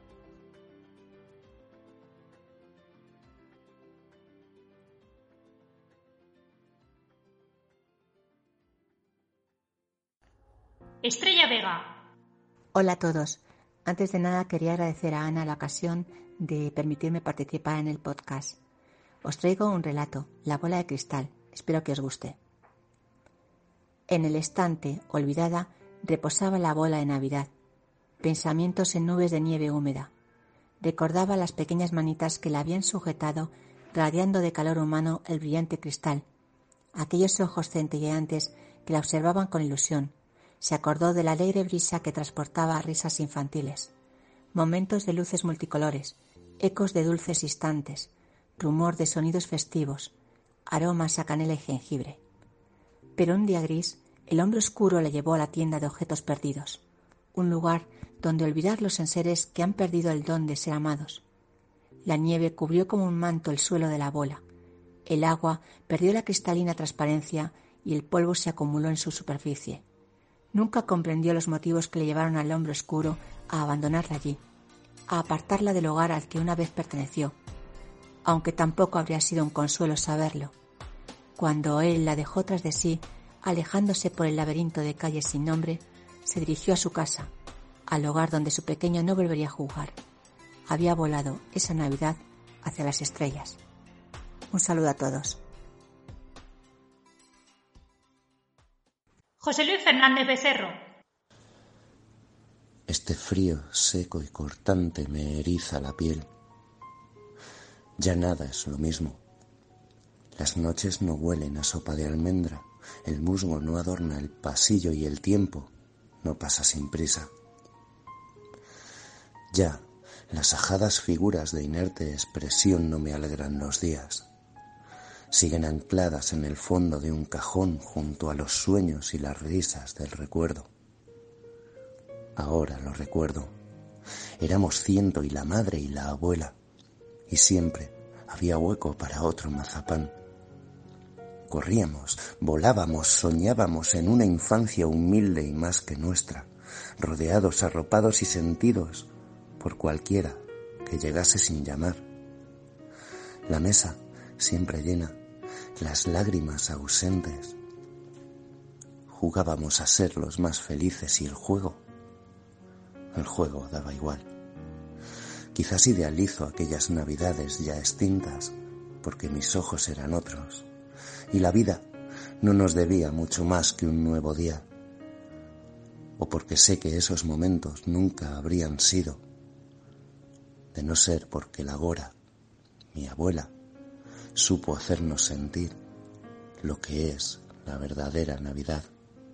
Estrella Vega. Hola a todos. Antes de nada quería agradecer a Ana la ocasión de permitirme participar en el podcast. Os traigo un relato, La bola de cristal. Espero que os guste. En el estante, olvidada, reposaba la bola de Navidad. Pensamientos en nubes de nieve húmeda. Recordaba las pequeñas manitas que la habían sujetado, radiando de calor humano el brillante cristal. Aquellos ojos centelleantes que la observaban con ilusión. Se acordó de la alegre brisa que transportaba risas infantiles, momentos de luces multicolores, ecos de dulces instantes, rumor de sonidos festivos, aromas a canela y jengibre. Pero un día gris, el hombre oscuro le llevó a la tienda de objetos perdidos, un lugar donde olvidar los enseres que han perdido el don de ser amados. La nieve cubrió como un manto el suelo de la bola, el agua perdió la cristalina transparencia y el polvo se acumuló en su superficie. Nunca comprendió los motivos que le llevaron al hombre oscuro a abandonarla allí, a apartarla del hogar al que una vez perteneció, aunque tampoco habría sido un consuelo saberlo. Cuando él la dejó tras de sí, alejándose por el laberinto de calles sin nombre, se dirigió a su casa, al hogar donde su pequeño no volvería a jugar. Había volado esa Navidad hacia las estrellas. Un saludo a todos. José Luis Fernández Becerro. Este frío seco y cortante me eriza la piel. Ya nada es lo mismo. Las noches no huelen a sopa de almendra, el musgo no adorna el pasillo y el tiempo no pasa sin prisa. Ya, las ajadas figuras de inerte expresión no me alegran los días. Siguen ancladas en el fondo de un cajón junto a los sueños y las risas del recuerdo. Ahora lo recuerdo. Éramos ciento y la madre y la abuela, y siempre había hueco para otro mazapán. Corríamos, volábamos, soñábamos en una infancia humilde y más que nuestra, rodeados, arropados y sentidos por cualquiera que llegase sin llamar. La mesa siempre llena, las lágrimas ausentes. Jugábamos a ser los más felices y el juego, el juego daba igual. Quizás idealizo aquellas navidades ya extintas porque mis ojos eran otros y la vida no nos debía mucho más que un nuevo día, o porque sé que esos momentos nunca habrían sido, de no ser porque la Gora, mi abuela, supo hacernos sentir lo que es la verdadera Navidad.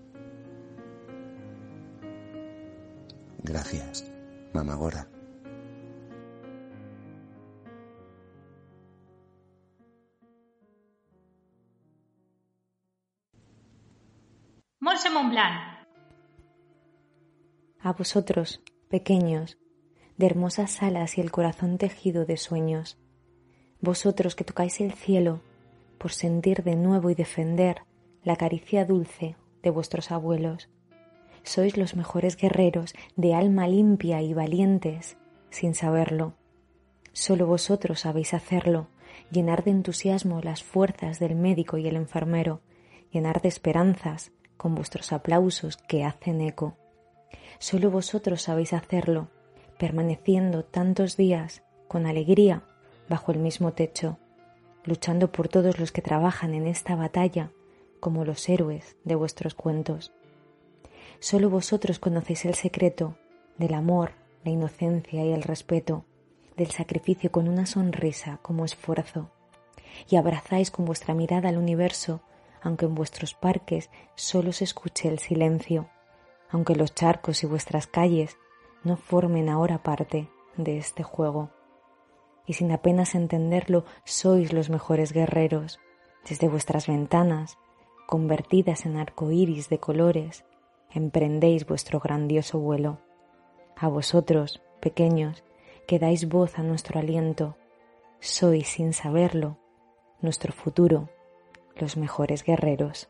Gracias, Mamá Gora. Montse Montblanc. A vosotros, pequeños, de hermosas alas y el corazón tejido de sueños, vosotros que tocáis el cielo por sentir de nuevo y defender la caricia dulce de vuestros abuelos, sois los mejores guerreros de alma limpia y valientes sin saberlo. Solo vosotros sabéis hacerlo, llenar de entusiasmo las fuerzas del médico y el enfermero, llenar de esperanzas con vuestros aplausos que hacen eco. Solo vosotros sabéis hacerlo, permaneciendo tantos días con alegría bajo el mismo techo, luchando por todos los que trabajan en esta batalla como los héroes de vuestros cuentos. Solo vosotros conocéis el secreto del amor, la inocencia y el respeto, del sacrificio con una sonrisa como esfuerzo, y abrazáis con vuestra mirada al universo, aunque en vuestros parques solo se escuche el silencio, aunque los charcos y vuestras calles no formen ahora parte de este juego. Y sin apenas entenderlo, sois los mejores guerreros. Desde vuestras ventanas, convertidas en arcoíris de colores, emprendéis vuestro grandioso vuelo. A vosotros, pequeños, que dais voz a nuestro aliento, sois, sin saberlo, nuestro futuro, los mejores guerreros.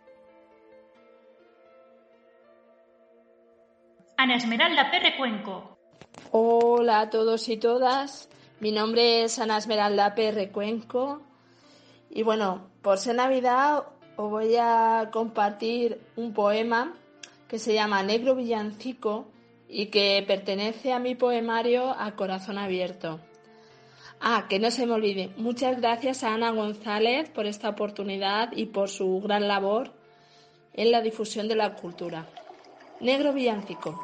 Ana Esmeralda Perre Cuenco. Hola a todos y todas, mi nombre es Ana Esmeralda Perre Cuenco y bueno, por ser Navidad os voy a compartir un poema que se llama Negro Villancico y que pertenece a mi poemario A Corazón Abierto. Ah, que no se me olvide, muchas gracias a Ana González por esta oportunidad y por su gran labor en la difusión de la cultura. Negro Villancico.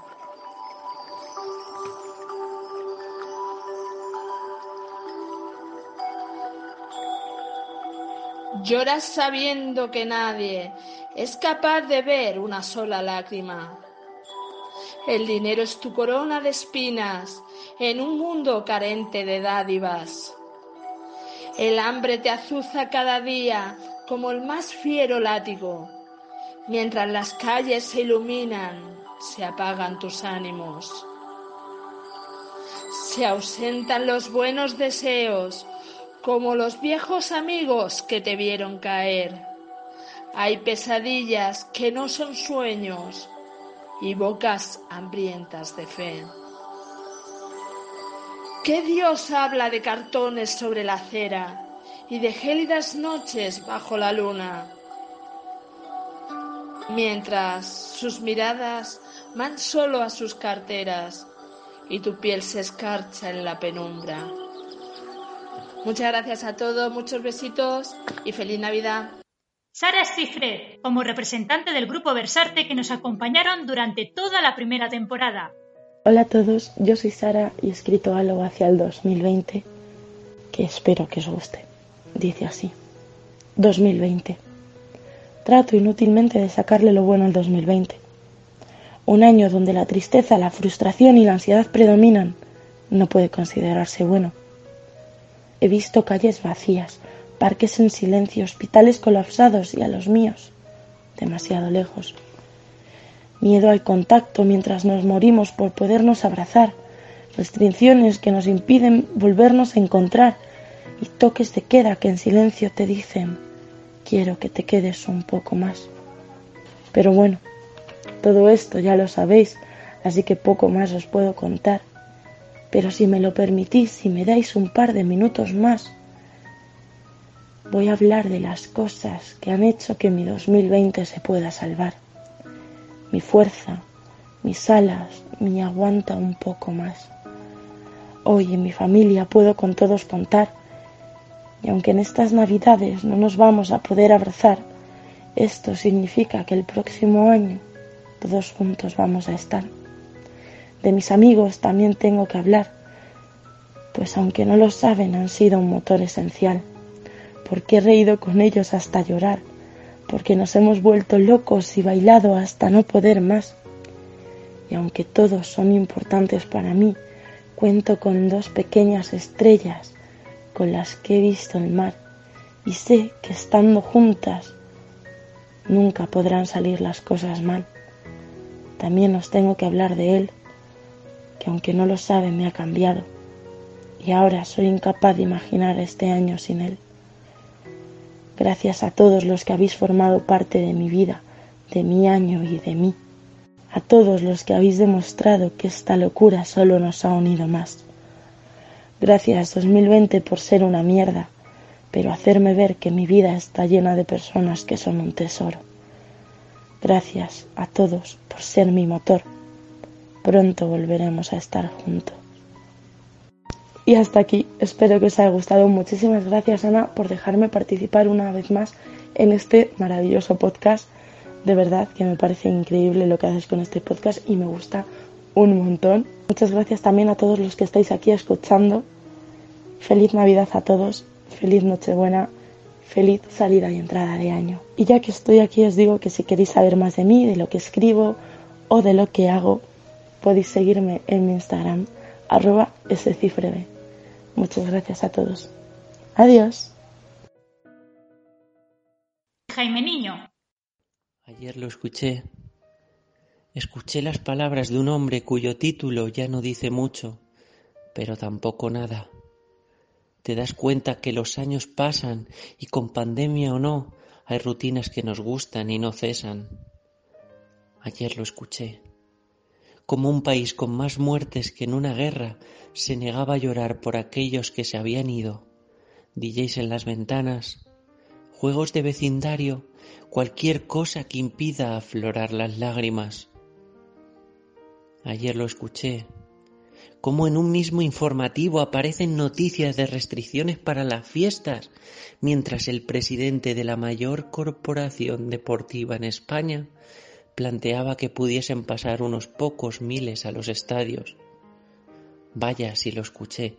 Lloras sabiendo que nadie es capaz de ver una sola lágrima, El dinero es tu corona de espinas en un mundo carente de dádivas. El hambre te azuza cada día como el más fiero látigo. Mientras las calles se iluminan, se apagan tus ánimos. Se ausentan los buenos deseos, como los viejos amigos que te vieron caer. Hay pesadillas que no son sueños y bocas hambrientas de fe. ¿Qué Dios habla de cartones sobre la acera y de gélidas noches bajo la luna? Mientras sus miradas van solo a sus carteras y tu piel se escarcha en la penumbra. Muchas gracias a todos, muchos besitos y feliz Navidad. Sara Cifre, como representante del grupo Versarte que nos acompañaron durante toda la primera temporada. Hola a todos, yo soy Sara y he escrito algo hacia el dos mil veinte que espero que os guste. Dice así: dos mil veinte. Trato inútilmente de sacarle lo bueno al dos mil veinte. Un año donde la tristeza, la frustración y la ansiedad predominan no puede considerarse bueno. He visto calles vacías, parques en silencio, hospitales colapsados y a los míos demasiado lejos. Miedo al contacto mientras nos morimos por podernos abrazar, restricciones que nos impiden volvernos a encontrar y toques de queda que en silencio te dicen: quiero que te quedes un poco más. Pero bueno, todo esto ya lo sabéis, así que poco más os puedo contar. Pero si me lo permitís, si me dais un par de minutos más, voy a hablar de las cosas que han hecho que mi dos mil veinte se pueda salvar. Mi fuerza, mis alas, mi aguanta un poco más. Hoy en mi familia puedo con todos contar, y aunque en estas Navidades no nos vamos a poder abrazar, esto significa que el próximo año todos juntos vamos a estar. De mis amigos también tengo que hablar, pues aunque no lo saben han sido un motor esencial, porque he reído con ellos hasta llorar, porque nos hemos vuelto locos y bailado hasta no poder más. Y aunque todos son importantes para mí, cuento con dos pequeñas estrellas con las que he visto el mar, y sé que estando juntas nunca podrán salir las cosas mal. También os tengo que hablar de él, que aunque no lo sabe me ha cambiado, y ahora soy incapaz de imaginar este año sin él. Gracias a todos los que habéis formado parte de mi vida, de mi año y de mí. A todos los que habéis demostrado que esta locura solo nos ha unido más. Gracias dos mil veinte por ser una mierda, pero hacerme ver que mi vida está llena de personas que son un tesoro. Gracias a todos por ser mi motor. Pronto volveremos a estar juntos. Y hasta aquí, espero que os haya gustado. Muchísimas gracias, Ana, por dejarme participar una vez más en este maravilloso podcast. De verdad que me parece increíble lo que haces con este podcast y me gusta un montón. Muchas gracias también a todos los que estáis aquí escuchando. Feliz Navidad a todos, feliz Nochebuena, feliz salida y entrada de año. Y ya que estoy aquí os digo que si queréis saber más de mí, de lo que escribo o de lo que hago, podéis seguirme en mi Instagram, arroba scifreb. Muchas gracias a todos. Adiós. Jaime Niño. Ayer lo escuché. Escuché las palabras de un hombre cuyo título ya no dice mucho, pero tampoco nada. Te das cuenta que los años pasan y con pandemia o no, hay rutinas que nos gustan y no cesan. Ayer lo escuché. Como un país con más muertes que en una guerra se negaba a llorar por aquellos que se habían ido. D Js en las ventanas, juegos de vecindario, cualquier cosa que impida aflorar las lágrimas. Ayer lo escuché. Como en un mismo informativo aparecen noticias de restricciones para las fiestas, mientras el presidente de la mayor corporación deportiva en España planteaba que pudiesen pasar unos pocos miles a los estadios. Vaya si lo escuché.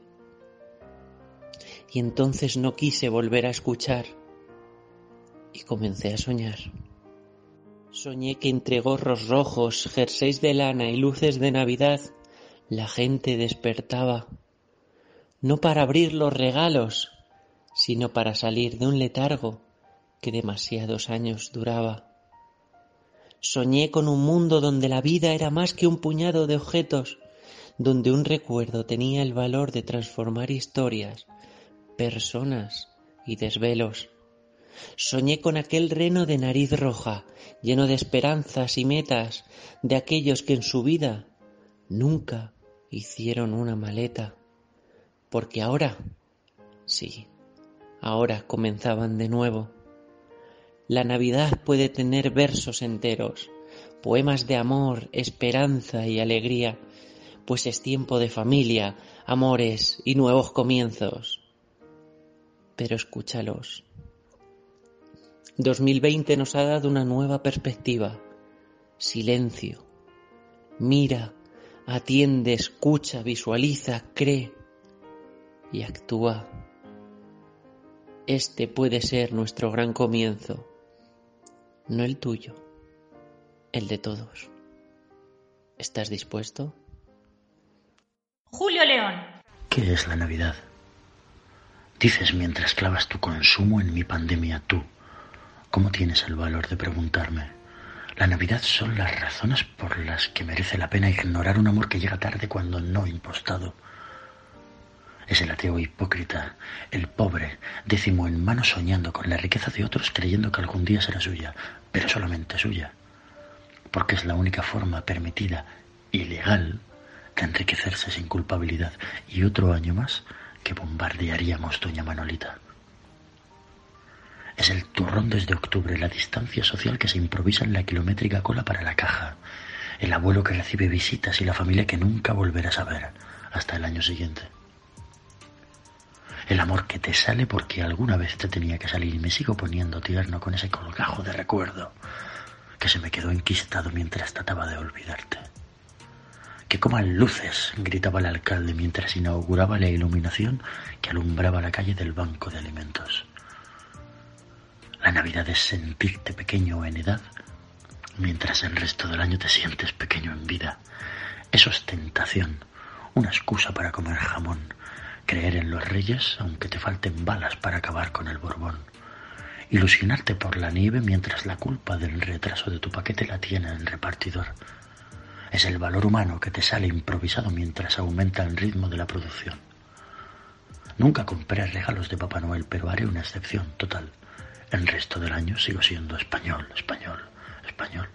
Y entonces no quise volver a escuchar y comencé a soñar. Soñé que entre gorros rojos, jerseys de lana y luces de Navidad, la gente despertaba, no para abrir los regalos, sino para salir de un letargo que demasiados años duraba. Soñé con un mundo donde la vida era más que un puñado de objetos, donde un recuerdo tenía el valor de transformar historias, personas y desvelos. Soñé con aquel reno de nariz roja, lleno de esperanzas y metas, de aquellos que en su vida nunca hicieron una maleta. Porque ahora, sí, ahora comenzaban de nuevo. La Navidad puede tener versos enteros, poemas de amor, esperanza y alegría, pues es tiempo de familia, amores y nuevos comienzos. Pero escúchalos. dos mil veinte nos ha dado una nueva perspectiva. Silencio. Mira, atiende, escucha, visualiza, cree y actúa. Este puede ser nuestro gran comienzo. No el tuyo, el de todos. ¿Estás dispuesto? Julio León. ¿Qué es la Navidad? Dices mientras clavas tu consumo en mi pandemia tú. ¿Cómo tienes el valor de preguntarme? La Navidad son las razones por las que merece la pena ignorar un amor que llega tarde cuando no impostado. Es el ateo hipócrita, el pobre, décimo en mano soñando con la riqueza de otros creyendo que algún día será suya, pero solamente suya. Porque es la única forma permitida y legal de enriquecerse sin culpabilidad. Y otro año más que bombardearíamos doña Manolita. Es el turrón desde octubre, la distancia social que se improvisa en la kilométrica cola para la caja, el abuelo que recibe visitas y la familia que nunca volverás a ver hasta el año siguiente. El amor que te sale porque alguna vez te tenía que salir y me sigo poniendo tierno con ese colgajo de recuerdo que se me quedó enquistado mientras trataba de olvidarte. Que coman luces, gritaba el alcalde mientras inauguraba la iluminación que alumbraba la calle del banco de alimentos. La Navidad es sentirte pequeño en edad mientras el resto del año te sientes pequeño en vida. Es ostentación, una excusa para comer jamón. Creer en los reyes aunque te falten balas para acabar con el Borbón. Ilusionarte por la nieve mientras la culpa del retraso de tu paquete la tiene el repartidor. Es el valor humano que te sale improvisado mientras aumenta el ritmo de la producción. Nunca compré regalos de Papá Noel, pero haré una excepción total. El resto del año sigo siendo español, español, español.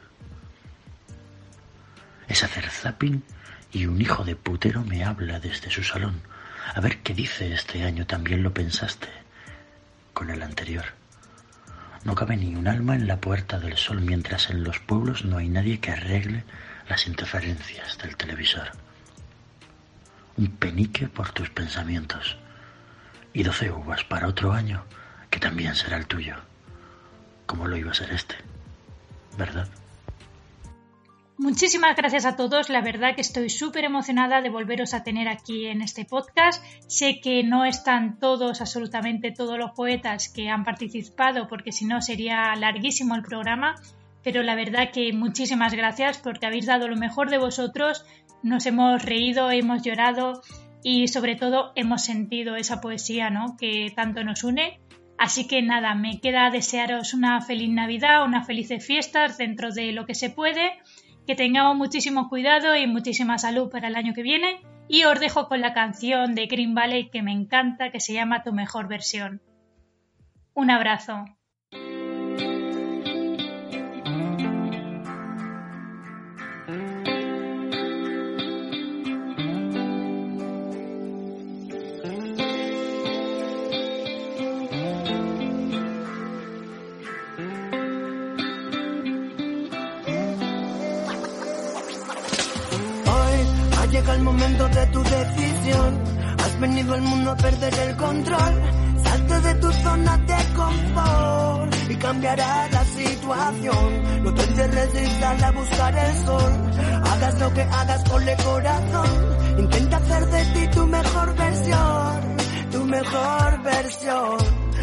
Es hacer zapping y un hijo de putero me habla desde su salón. A ver qué dice este año, también lo pensaste con el anterior. No cabe ni un alma en la Puerta del Sol, mientras en los pueblos no hay nadie que arregle las interferencias del televisor. Un penique por tus pensamientos y doce uvas para otro año que también será el tuyo, como lo iba a ser este, ¿verdad? Muchísimas gracias a todos, la verdad que estoy súper emocionada de volveros a tener aquí en este podcast. Sé que no están todos, absolutamente todos los poetas que han participado, porque si no sería larguísimo el programa, pero la verdad que muchísimas gracias porque habéis dado lo mejor de vosotros, nos hemos reído, hemos llorado y sobre todo hemos sentido esa poesía, ¿no?, que tanto nos une. Así que nada, me queda desearos una feliz Navidad, unas felices fiestas dentro de lo que se puede. Que tengamos muchísimo cuidado y muchísima salud para el año que viene. Y os dejo con la canción de Green Valley que me encanta, que se llama Tu Mejor Versión. Un abrazo. Llega el momento de tu decisión. Has venido al mundo a perder el control. Salte de tu zona de confort y cambiará la situación. No te encierres y sal a buscar el sol. Hagas lo que hagas, ponle corazón. Intenta hacer de ti tu mejor versión, tu mejor versión. Se hace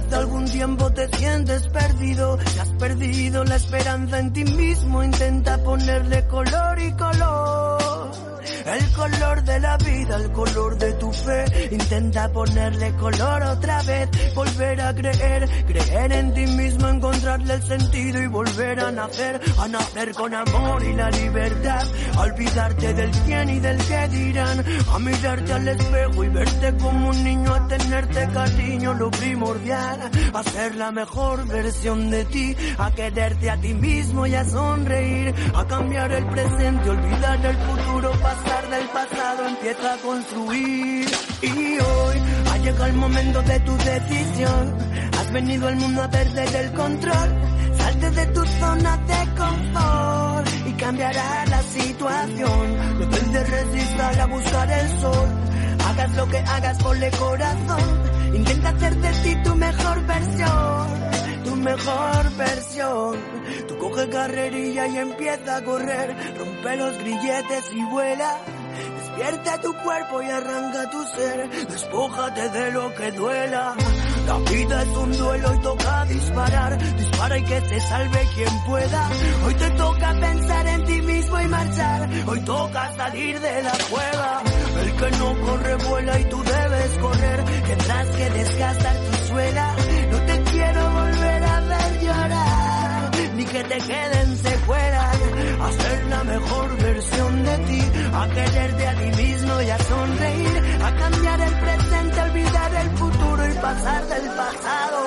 hace algún tiempo te sientes perdido, si has perdido la esperanza en ti mismo, intenta ponerle color y color. El color de la vida, el color de tu fe. Intenta ponerle color otra vez. Volver a creer, creer en ti mismo, encontrarle el sentido y volver a nacer. A nacer con amor y la libertad. A olvidarte del quién y del qué dirán. A mirarte al espejo y verte como un niño, a tenerte cariño, lo primordial. A ser la mejor versión de ti. A quererte a ti mismo y a sonreír. A cambiar el presente, olvidar el futuro, pasar del pasado, empieza a construir. Y hoy ha llegado el momento de tu decisión. Has venido al mundo a perder el control. Salte de tu zona de confort y cambiará la situación. No te resistas a buscar el sol. Hagas lo que hagas, ponle corazón. Intenta hacer de ti tu mejor versión. Tu mejor versión. Tú coge carrerilla y empieza a correr. Rompe los grilletes y vuela. Despierta tu cuerpo y arranca tu ser. Despójate de lo que duela. La vida es un duelo y toca disparar. Dispara y que te salve quien pueda. Hoy te toca pensar en ti mismo y marchar. Hoy toca salir de la cueva. El que no corre vuela y tú debes correr. Tendrás que desgastar tu suela. No te quiero volver a ver llorar, ni que te queden secuelas. A ser la mejor versión de ti. A quererte a ti mismo y a sonreír. A cambiar el presente, olvidar el futuro y pasar del pasado.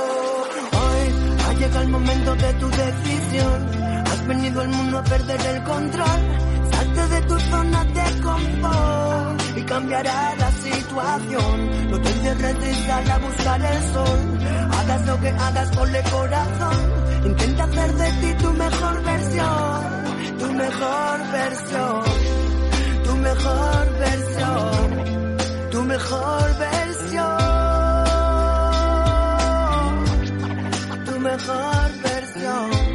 Hoy ha llegado el momento de tu decisión. Has venido al mundo a perder el control. Salte de tu zona de confort y cambiará la situación. No te resistas a buscar el sol. Hagas lo que hagas, ponle corazón. Intenta hacer de ti tu mejor versión. Tu mejor versión. Tu mejor versión. Tu mejor versión. Tu mejor versión.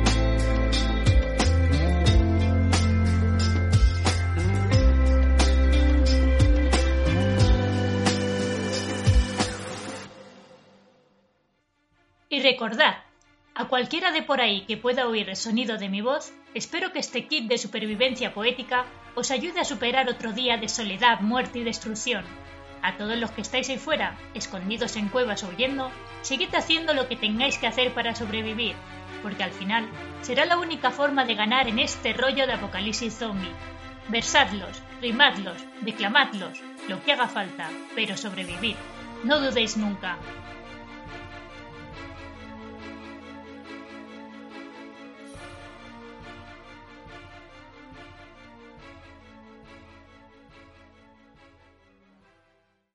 Y recordad, a cualquiera de por ahí que pueda oír el sonido de mi voz, espero que este kit de supervivencia poética os ayude a superar otro día de soledad, muerte y destrucción. A todos los que estáis ahí fuera, escondidos en cuevas o huyendo, seguid haciendo lo que tengáis que hacer para sobrevivir, porque al final será la única forma de ganar en este rollo de apocalipsis zombie. Versadlos, rimadlos, declamadlos, lo que haga falta, pero sobrevivid. No dudéis nunca.